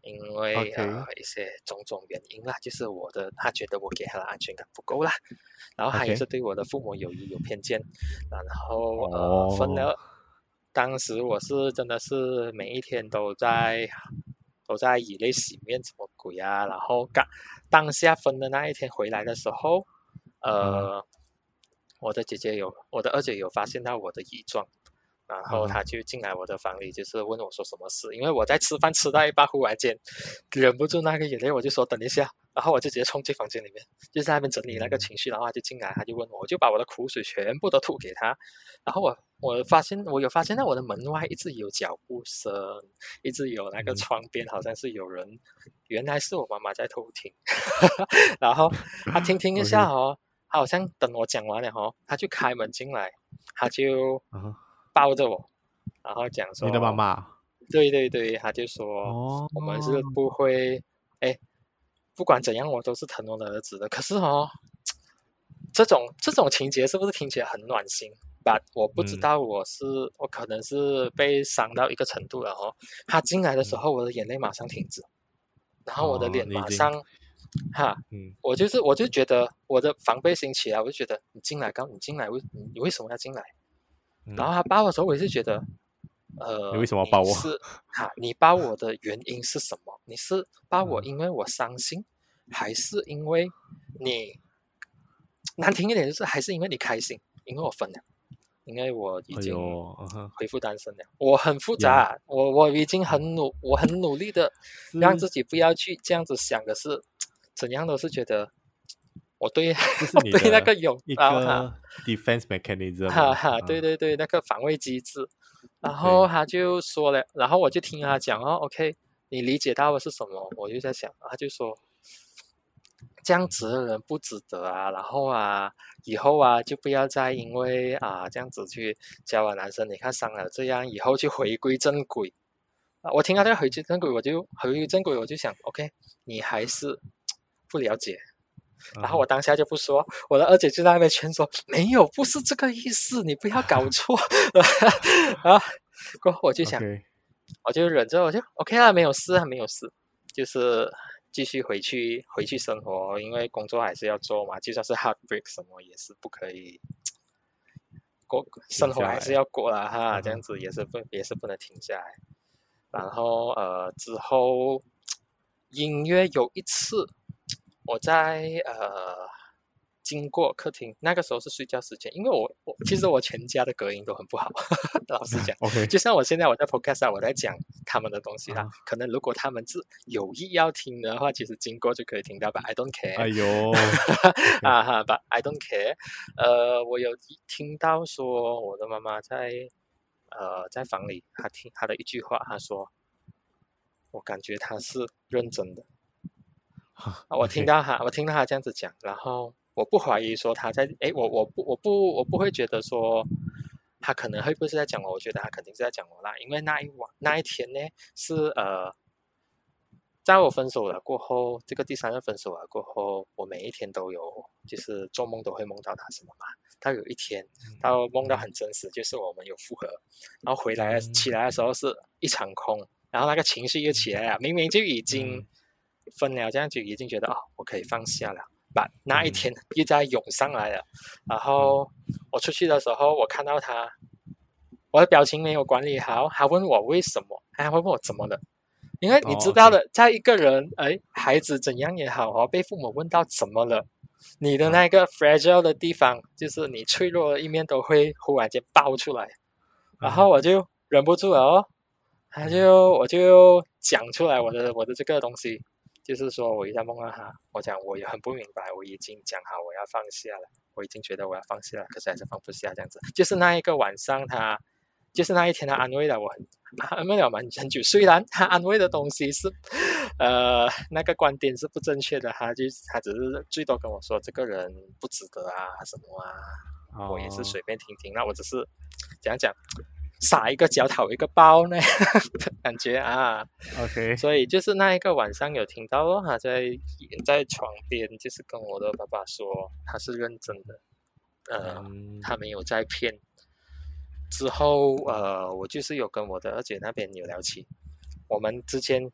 Speaker 2: 因为
Speaker 1: OK
Speaker 2: 一些种种原因啦，就是他觉得我给他的安全感不够啦，然后他也是
Speaker 1: OK
Speaker 2: 对我的父母有偏见，然后分
Speaker 1: 哦，
Speaker 2: 了，当时我是真的是每一天都在以泪洗面，什么鬼啊，然后当下分的那一天回来的时候，
Speaker 1: 啊
Speaker 2: 我的二姐有发现到我的异状，然后
Speaker 1: 啊
Speaker 2: 她就进来我的房里，就是问我说什么事，因为我在吃饭吃到一半，忽然间忍不住那个眼泪，我就说等一下，然后我就直接冲进房间里面，就在那边整理那个情绪，然后她就进来，她就问我，我就把我的苦水全部都吐给她，然后我有发现到我的门外一直有脚步声，一直有那个窗边好像是有人，原来是我妈妈在偷听，然后她听一下
Speaker 1: ，OK
Speaker 2: 哦。他好像等我讲完了哦，他就开门进来，他就
Speaker 1: 啊，
Speaker 2: 抱着我，然后讲
Speaker 1: 你的妈
Speaker 2: 说，
Speaker 1: 妈
Speaker 2: 对对对，他就说
Speaker 1: 哦
Speaker 2: 我们是不会，哎，不管怎样我都是疼我的儿子的。可是哦，这种情节是不是听起来很暖心？But 我不知
Speaker 1: 嗯
Speaker 2: 道我可能是被伤到一个程度了哦。他进来的时
Speaker 1: 嗯
Speaker 2: 候，我的眼泪马上停止，然后我的
Speaker 1: 哦，
Speaker 2: 脸
Speaker 1: 你已经
Speaker 2: 马上哈，
Speaker 1: 嗯
Speaker 2: 我就觉得我的防备心起来，我就觉得你进来你为什么要进来？然后
Speaker 1: 嗯，
Speaker 2: 他抱的时候，我也是觉得，
Speaker 1: 你为什么要抱我？
Speaker 2: 你抱我的原因是什么？你是抱我
Speaker 1: 嗯，
Speaker 2: 因为我伤心，还是因为你难听一点就是还是因为你开心？因为我分了，因为我已
Speaker 1: 哎
Speaker 2: 经
Speaker 1: 呦，嗯哼，
Speaker 2: 恢复单身了，我很复
Speaker 1: 呀，
Speaker 2: 杂，我已经我很努力的让
Speaker 1: 是
Speaker 2: 自己不要去这样子想，可是怎样都是觉得我对
Speaker 1: 这是
Speaker 2: 我对那
Speaker 1: 你的
Speaker 2: 个拥
Speaker 1: 一
Speaker 2: 抱哈
Speaker 1: 个 defense mechanism 啊，
Speaker 2: 哈哈，对
Speaker 1: 啊，
Speaker 2: 对对，那个防卫机制。然后
Speaker 1: 对，
Speaker 2: 他就说了，然后我就听他讲哦，OK，你理解到的是什么？我就在想，他就说这样子的人不值得啊，然后啊，以后啊就不要再因为这样子去交往男生，你看伤了这样，以后就回归正轨。我听到这个回归正轨，我就想，OK，你还是不了解。然后我
Speaker 1: 啊哈
Speaker 2: 当下就不说，我的二姐就在那边劝说，没有，不是这个意思，你不要搞错。然后过后我就想，
Speaker 1: ，OK，
Speaker 2: 我就忍着，我就 OK 啦，没有事啊，没有事，就是继续回去生活，因为工作还是要做嘛，就算是 heartbreak 什么也是不可以过，生活还是
Speaker 1: 停下来，
Speaker 2: 要过啦哈，这样
Speaker 1: 嗯哼，
Speaker 2: 子也是不能停下来。然后之后音乐有一次我在经过客厅，那个时候是睡觉时间，因为其实我全家的隔音都很不好，老实讲，
Speaker 1: OK，
Speaker 2: 就像我现在我在 podcast 我在讲他们的东西啦，
Speaker 1: 啊，
Speaker 2: 可能如果他们是有意要听的话，其实经过就可以听到吧，I don't
Speaker 1: 哎
Speaker 2: care，
Speaker 1: 呦，OK，
Speaker 2: 啊哈，but I don't care，我有听到说我的妈妈在房里，她听她的一句话，她说，我感觉她是认真的。我听
Speaker 1: ，OK，
Speaker 2: 到他这样子讲，然后我不怀疑说他在，诶，我不会觉得说他可能会不会是在讲我，我觉得他肯定是在讲我啦，因为那一天呢是在我分手了过后，这个第三个分手了过后，我每一天都有，就是做梦都会梦到他什么嘛。他有一天，他梦到很真实，就是我们有复合，然后起来的时候是一场空，然后那个情绪又起来了，明明就已经分了，这样就已经觉得我可以放下了。把那一天又在涌上来了，然后我出去的时候，我看到他，我的表情没有管理好，他问我为什么，还会问我怎么了。因为你知道的，在一个人孩子怎样也好被父母问到怎么了，你的那个 fragile 的地方，就是你脆弱的一面都会忽然间爆出来，然后我就忍不住了我就讲出来我的这个东西，就是说我一在梦到他，我讲我也很不明白，我已经讲好我要放下了，我已经觉得我要放下了，可是还是放不下这样子。就是那一个晚上就是那一天他安慰了我安慰了我很久，虽然他安慰的东西是那个观点是不正确的，他只是最多跟我说这个人不值得啊什么啊，我也是随便听听，那我只是讲撒一个脚讨一个包那样的感觉啊。
Speaker 1: OK，
Speaker 2: 所以就是那一个晚上有听到他在床边，就是跟我的爸爸说他是认真的，他没有在骗。之后我就是有跟我的二姐那边有聊起，我们之间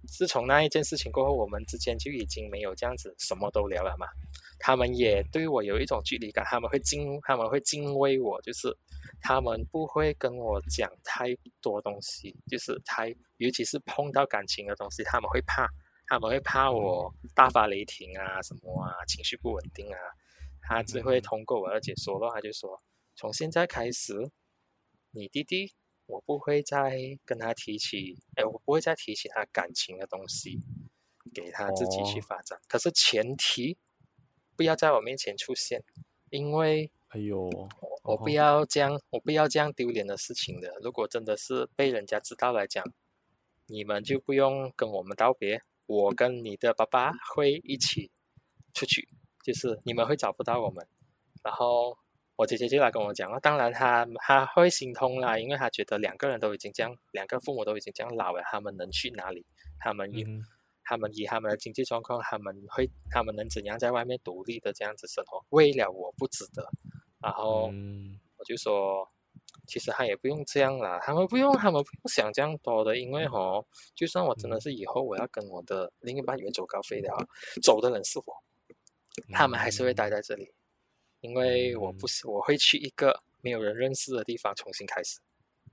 Speaker 2: 自从那一件事情过后，我们之间就已经没有这样子什么都聊了嘛。他们也对我有一种距离感，他们会敬畏我，就是他们不会跟我讲太多东西，就是尤其是碰到感情的东西，他们会怕我大发雷霆啊什么啊，情绪不稳定啊。他只会通过我二姐说了，他就说从现在开始，你弟弟我不会再跟他提起，我不会再提起他感情的东西，给他自己去发展。可是前提不要在我面前出现，因为
Speaker 1: 哎呦，
Speaker 2: 我不要这样丢脸的事情的。如果真的是被人家知道来讲，你们就不用跟我们道别，我跟你的爸爸会一起出去，就是你们会找不到我们。然后我姐姐就来跟我讲了，当然她会心痛啦，因为她觉得两个父母都已经这样老了，他们能去哪里？他们以他们的经济状况，他们能怎样在外面独立的这样子生活？为了我不值得。然后我就说，其实他也不用这样啦，他们不用想这样多的，因为就算我真的是以后我要跟我的另一半远走高飞了，走的人是我，他们还是会待在这里，因为我会去一个没有人认识的地方重新开始。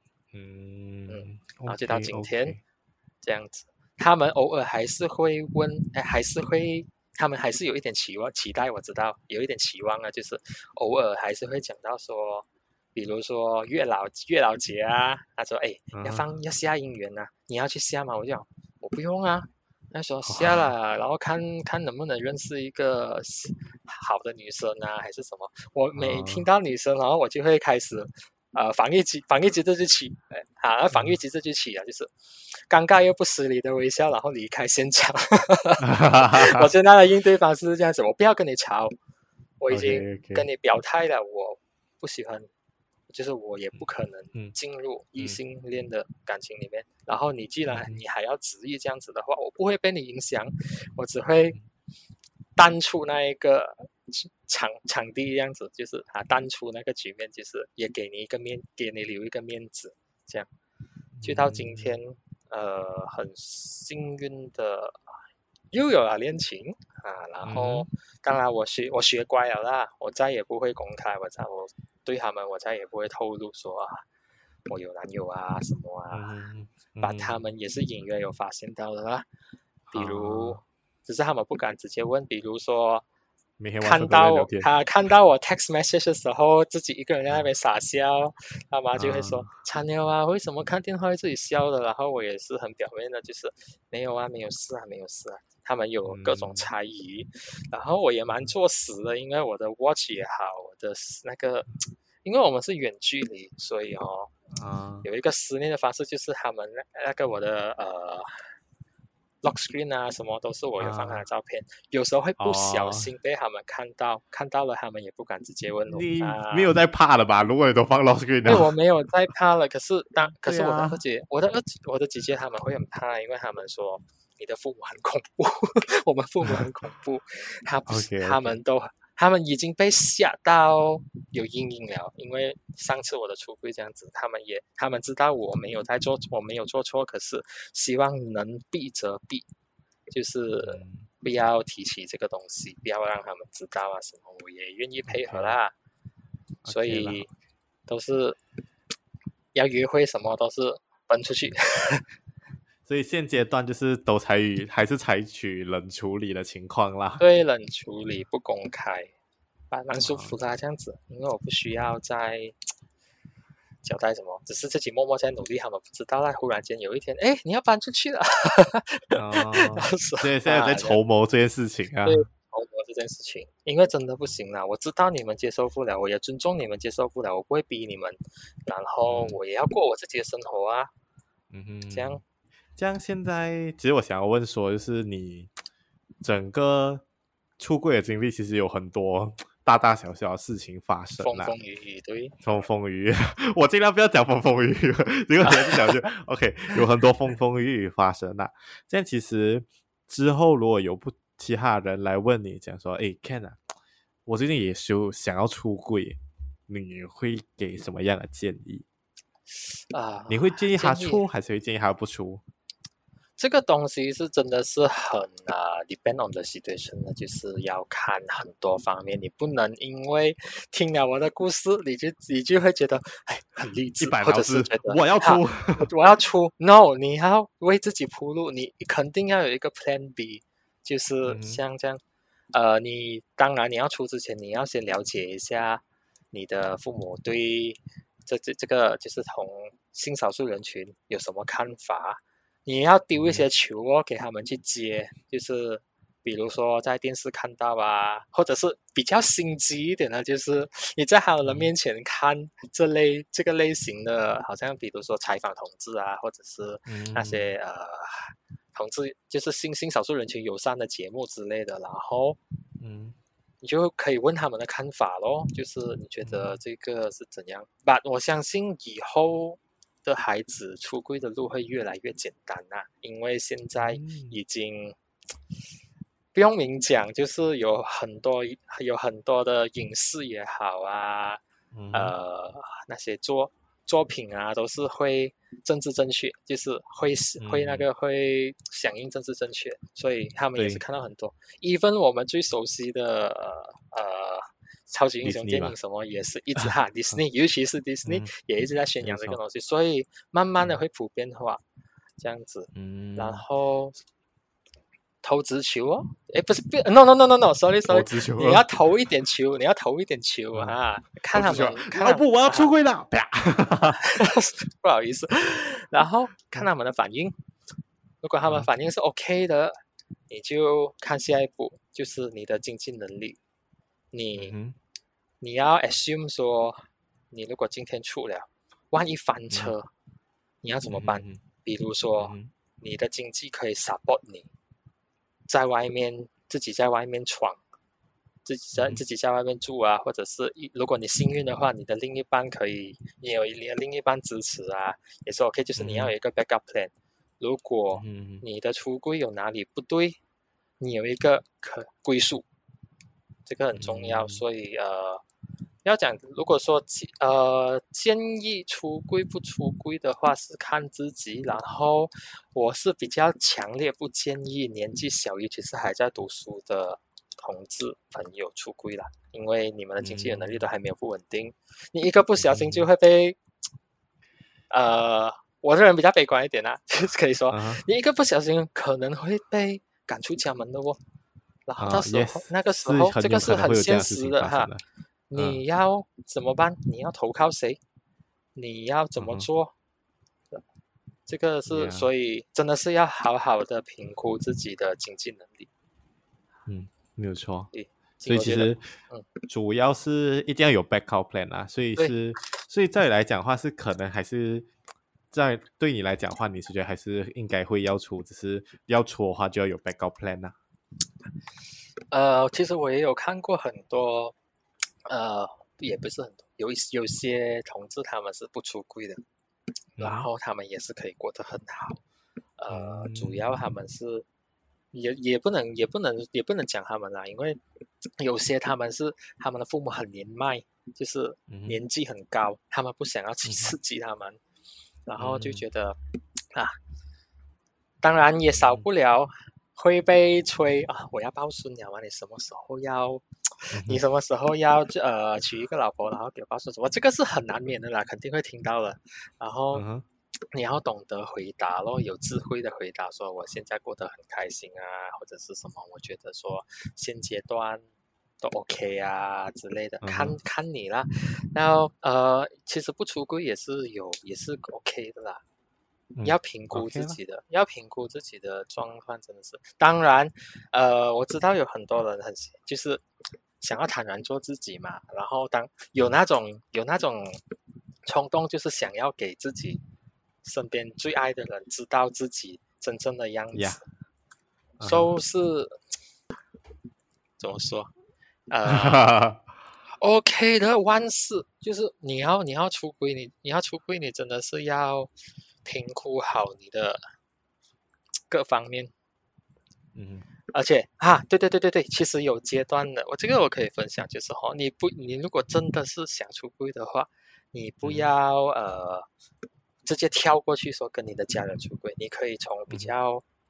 Speaker 2: 然后就到今天这样子，他们偶尔还是会问，他们还是有一点期待，我知道有一点期望啊，就是偶尔还是会讲到说，比如说月老节啊，他说要下姻缘啊，你要去下吗？我讲我不用啊，那时候下了，然后看能不能认识一个好的女生啊，还是什么。我每听到女生，然后我就会开始防御机制就起，防御机制就起了，就是尴尬又不失礼的微笑，然后离开现场。我现在的应对方式是这样子，我不要跟你吵，我已经跟你表态了，我不喜欢，就是我也不可能进入异性恋的感情里面。然后你既然你还要执意这样子的话，我不会被你影响，我只会淡出那一个场地这样子，就是淡出那个局面，就是也给你留一个面子，这样就到今天，很幸运的又有了恋情啊，然后当然我学乖了啦，我再也不会公开，我对他们我再也不会透露说我有男友啊什么把他们也是隐约有发现到的啦，比如只是他们不敢直接问，比如说看到我 text message 的时候，自己一个人在那边傻笑，他妈就会说惨了啊，为什么看电话会自己笑的？然后我也是很表面的，就是没有啊，没有事啊，没有事啊。他们有各种猜疑，然后我也蛮作死的，因为我的 watch 也好，我的那个，因为我们是远距离，所以有一个思念的方式，就是他们那个我的lock screen 啊，什么都是我有放他的照片，有时候会不小心被他们看到了，他们也不敢直接问我。
Speaker 1: 你没有在怕了吧？如果你都放 lock screen，
Speaker 2: 对，我没有在怕了。可是我的姐姐他们会很怕，因为他们说你的父母很恐怖，我们父母很恐怖，他们已经被吓到有阴影了，因为上次我的出柜这样子，他们知道我没有做错，可是希望能避则避，就是不要提起这个东西，不要让他们知道啊什么，我也愿意配合啦，所以都是要约会什么都是奔出去。
Speaker 1: 所以现阶段就是还是采取冷处理的情况啦。
Speaker 2: 对，冷处理不公开，蛮舒服的这样子，因为我不需要再交代什么，只是自己默默在努力，他们不知道啦。忽然间有一天，你要搬出去了，
Speaker 1: 所以现在在筹谋这件事情啊。
Speaker 2: 对，筹谋这件事情，因为真的不行啦。我知道你们接受不了，我也尊重你们接受不了，我不会逼你们，然后我也要过我自己的生活啊。
Speaker 1: 这样现在其实我想要问说，就是你整个出柜的经历其实有很多大大小小的事情发生啦，
Speaker 2: 风风雨雨，对，
Speaker 1: 风风雨雨我尽量不要讲风风雨雨，结果还是讲就OK， 有很多风风雨雨发生啦。这样其实之后如果有其他人来问你讲说Ken 啊，我最近也想要出柜，你会给什么样的建议？你会建议他出还是会建议他不出？
Speaker 2: 这个东西是真的是很depend on the situation 的，就是要看很多方面。你不能因为听了我的故事，你就会觉得哎很励志，或者是觉得
Speaker 1: 我要出
Speaker 2: 我要出 ，no， 你要为自己铺路，你肯定要有一个 Plan B， 就是像这样。你当然你要出之前，你要先了解一下你的父母对这个就是同性少数人群有什么看法。你要丢一些球给他们去接，就是比如说在电视看到啊，或者是比较心机一点的，就是你在他们的面前看这个类型的，好像比如说采访同志啊，或者是那些同志就是性少数人群友善的节目之类的，然后你就可以问他们的看法咯，就是你觉得这个是怎样？But 我相信以后的孩子出柜的路会越来越简单因为现在已经不用明讲，就是有很多的影视也好啊，那些作品啊，都是会政治正确，就是会响应政治正确，所以他们也是看到很多。even 我们最熟悉的超级英雄电影什么也是一直Disney， 尤其是 Disney 也一直在宣扬这个东西，所以慢慢的会普遍化这样子。然后投直球不是 no，sorry， 你要投一点球，看他们，
Speaker 1: 我要出柜了，
Speaker 2: 不好意思，然后看他们的反应，如果他们反应是 OK 的，你就看下一步，就是你的经济能力，你要 assume 说，你如果今天出了，万一翻车，你要怎么办？比如说，你的经济可以 support 你。在外面自己在外面闯，自己在外面住啊，或者是如果你幸运的话，你的另一半可以，你有你的另一半支持啊，也是 OK。就是你要有一个 backup plan。如果你的出柜有哪里不对，你有一个归宿，这个很重要。所以要讲，如果说建议出柜不出柜的话是看自己，然后我是比较强烈不建议年纪小尤其是还在读书的同志朋友出柜啦，因为你们的经济能力都还没有不稳定，你一个不小心就会被我这人比较悲观一点就是可以说你一个不小心可能会被赶出家门的然后到时候那个时候这个是很现实的你要怎么办？你要投靠谁？你要怎么做？这个是所以真的是要好好的评估自己的经济能力。
Speaker 1: 没有错。所以其实主要是一定要有 backup plan 所以在你来讲的话是可能还是在对你来讲的话，你是觉得还是应该会要出，只是要出的话就要有 backup plan
Speaker 2: 其实我也有看过很多。也不是很多，有些同志他们是不出柜的，然后他们也是可以过得很好。主要他们是也不能讲他们啦，因为有些他们的父母很年迈，就是年纪很高，他们不想要去刺激他们，然后就觉得当然也少不了会被催我要抱孙了你什么时候要娶一个老婆，然后给我抱孙什么，这个是很难免的啦，肯定会听到的。然后你要懂得回答咯，有智慧的回答说我现在过得很开心或者是什么，我觉得说现阶段都 OK 之类的，看你啦。然后其实不出柜也是 OK 的啦。要评估自己的，要评估自己的状况，真的是。当然，我知道有很多人就是想要坦然做自己嘛，然后有那种冲动，就是想要给自己身边最爱的人知道自己真正的样子。是怎么说？OK 的，万事就是你要出柜，你要出柜，你真的是要评估好你的各方面。而且对，其实有阶段的，我可以分享，就是你如果真的是想出柜的话，你不要直接跳过去说跟你的家人出柜，你可以从比较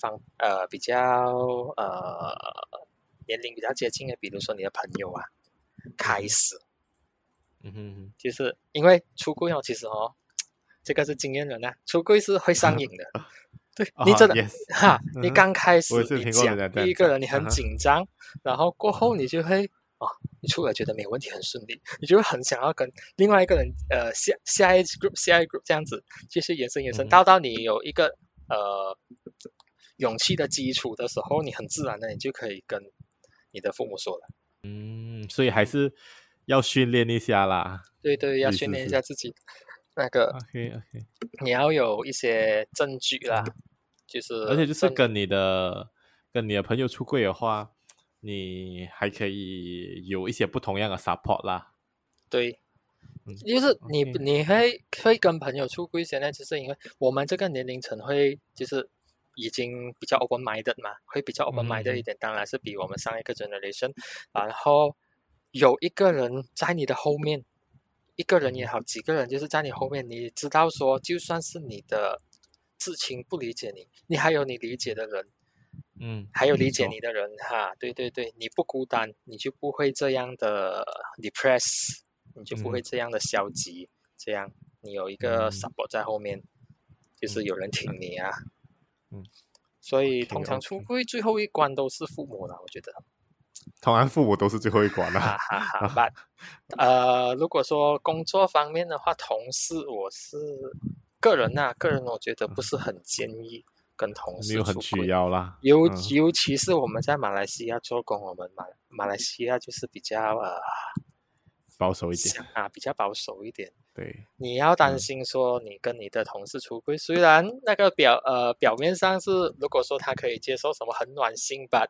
Speaker 2: 比较年龄比较接近的，比如说你的朋友啊，开始，就是因为出柜其实这个是经验人啊，出柜是会上瘾的。对你真的你刚开始你讲第一个人你很紧张，然后过后你就会你出来觉得没有问题，很顺利，你就会很想要跟另外一个人下一 group 这样子继续延伸，到你有一个勇气的基础的时候，你很自然的你就可以跟你的父母说了。
Speaker 1: 所以还是要训练一下啦。
Speaker 2: 对，要训练一下自己。那个
Speaker 1: OK，
Speaker 2: 你要有一些证据啦，就是
Speaker 1: 而且就是跟你的朋友出柜的话，你还可以有一些不同样的 support 啦。
Speaker 2: 对，就是你会跟朋友出柜，现在就是因为我们这个年龄层会就是已经比较 open minded 嘛，会比较 open minded 一点，当然是比我们上一个 generation。然后有一个人在你的后面，一个人也好，几个人就是在你后面，你知道说，就算是你的至亲不理解你，你还有你理解的人，还有理解你的人哈，对，你不孤单，你就不会这样的 depress， 你就不会这样的消极，这样你有一个 support 在后面，就是有人挺你啊，所以通常出柜最后一关都是父母了，我觉得。
Speaker 1: 通常父母都是最后一关啦。
Speaker 2: 如果说工作方面的话，同事我是个人我觉得不是很建议跟同事出柜，
Speaker 1: 没有很需要啦。
Speaker 2: 尤其是我们在马来西亚做工，我们马来西亚就是比较
Speaker 1: 保守一点
Speaker 2: 比较保守一点。
Speaker 1: 对，
Speaker 2: 你要担心说你跟你的同事出柜，虽然那个表面上是，如果说他可以接受什么很暖心吧。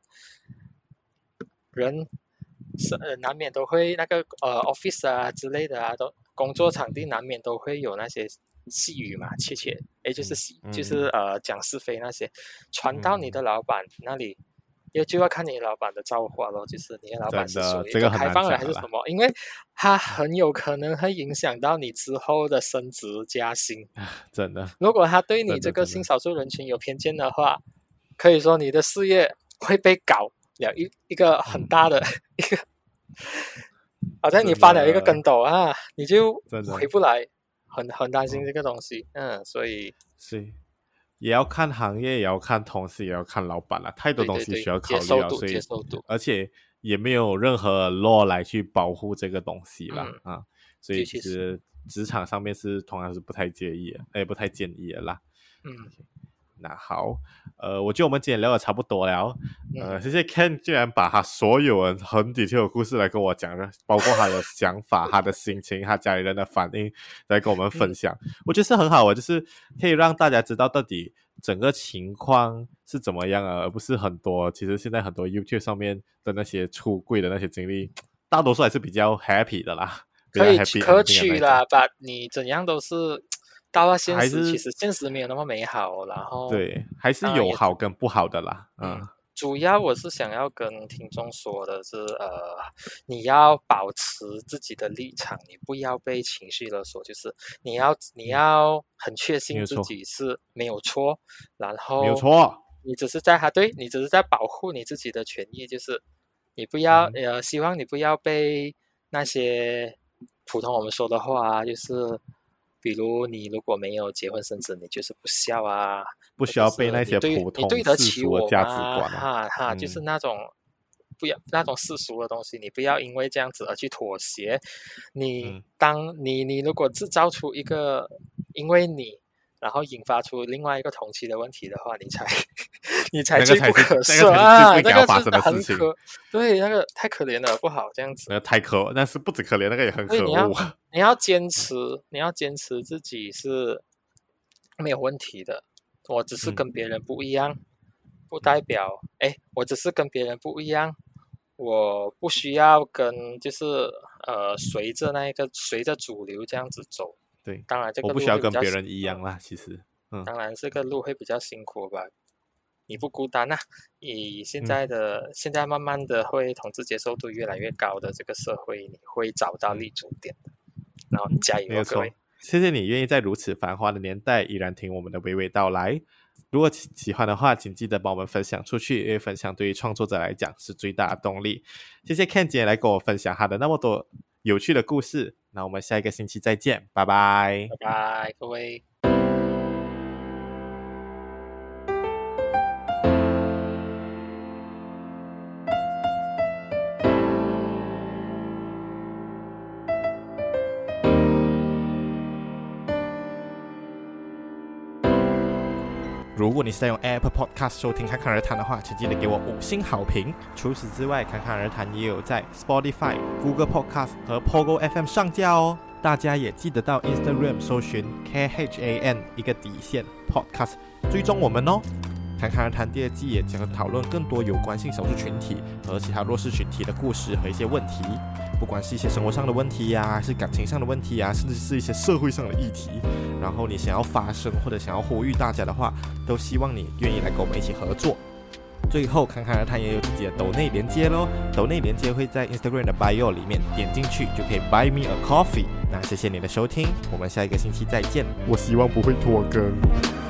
Speaker 2: 人难免都会那个office 啊之类的都工作场地难免都会有那些细语嘛，就是讲是非那些传到你的老板那里，就要看你老板的造化咯，就是你的老板是属于一个开放人还是什么，因为他很有可能会影响到你之后的升职加薪。
Speaker 1: 真的，
Speaker 2: 如果他对你这个性少数人群有偏见的话，可以说你的事业会被搞了一个很大的一个，好像你翻了一个跟斗你就回不来，很担心这个东西。所以
Speaker 1: 也要看行业，也要看同事，也要看老板啦，太多东西需要考虑了，所以
Speaker 2: 接受度，
Speaker 1: 而且也没有任何 law 来去保护这个东西啦。所以其实职场上面是同样是不太建议的啦。那好，我觉得我们今天聊的差不多了。谢谢 Ken 居然把他所有人很 detail 的故事来跟我讲，包括他的想法、他的心情、他家里人的反应来跟我们分享。我觉得是很好，就是可以让大家知道到底整个情况是怎么样而不是其实现在很多 YouTube 上面的那些出柜的那些经历，大多数还是比较 happy 的啦，
Speaker 2: 可取啦，把你怎样都是。到了现实，其实现实没有那么美好，然后
Speaker 1: 对，还是有好跟不好的啦。
Speaker 2: 主要我是想要跟听众说的是，你要保持自己的立场，你不要被情绪勒索，就是你要很确信自己是没有错，然后
Speaker 1: 没有错，
Speaker 2: 你只是在保护你自己的权益，就是你不要希望你不要被那些普通我们说的话就是。比如你如果没有结婚生子，你就是不孝啊，
Speaker 1: 不需要被那些普通世俗的价值观
Speaker 2: 就是那种不要那种世俗的东西，你不要因为这样子而去妥协。当你如果制造出一个因为你然后引发出另外一个同期的问题的话，你才罪不可赦
Speaker 1: 那个是很
Speaker 2: 对，那个太可怜了，不好这样子。
Speaker 1: 那是不止可怜，那个也很可恶。
Speaker 2: 你要坚持自己是没有问题的。我只是跟别人不一样，不代表我只是跟别人不一样，我不需要跟就是随着主流这样子走。
Speaker 1: 对，
Speaker 2: 当然这个
Speaker 1: 我不需要跟别人一样啦，其实。
Speaker 2: 当然这个路会比较辛苦吧。你不孤单以现在慢慢的会同志接受度越来越高的这个社会，你会找到立足点的。然后加油，各位！
Speaker 1: 谢谢你愿意在如此繁华的年代依然听我们的娓娓道来。 如果喜欢的话，请记得帮我们分享出去，因为分享对于创作者来讲是最大的动力。谢谢 Ken 姐来跟我分享他的那么多有趣的故事，那我们下一个星期再见，拜拜。
Speaker 2: 拜拜，各位。
Speaker 1: 如果你是在用 Apple Podcast 收听侃侃而谈的话，请记得给我5星好评。除此之外，侃侃而谈也有在 Spotify、Google Podcast 和 Pogo FM 上架哦。大家也记得到 Instagram 搜寻 KHAN 一个底线 Podcast 追踪我们哦。侃侃而谈第2季也将讨论更多有关性少数群体和其他弱势群体的故事和一些问题，不管是一些生活上的问题呀，还是感情上的问题呀，甚至是一些社会上的议题，然后你想要发声或者想要呼吁大家的话，都希望你愿意来跟我们一起合作。最后，侃侃而谈也有自己的抖内连接咯，抖内连接会在 Instagram 的 bio 里面，点进去就可以 buy me a coffee。那谢谢你的收听，我们下一个星期再见，我希望不会拖更。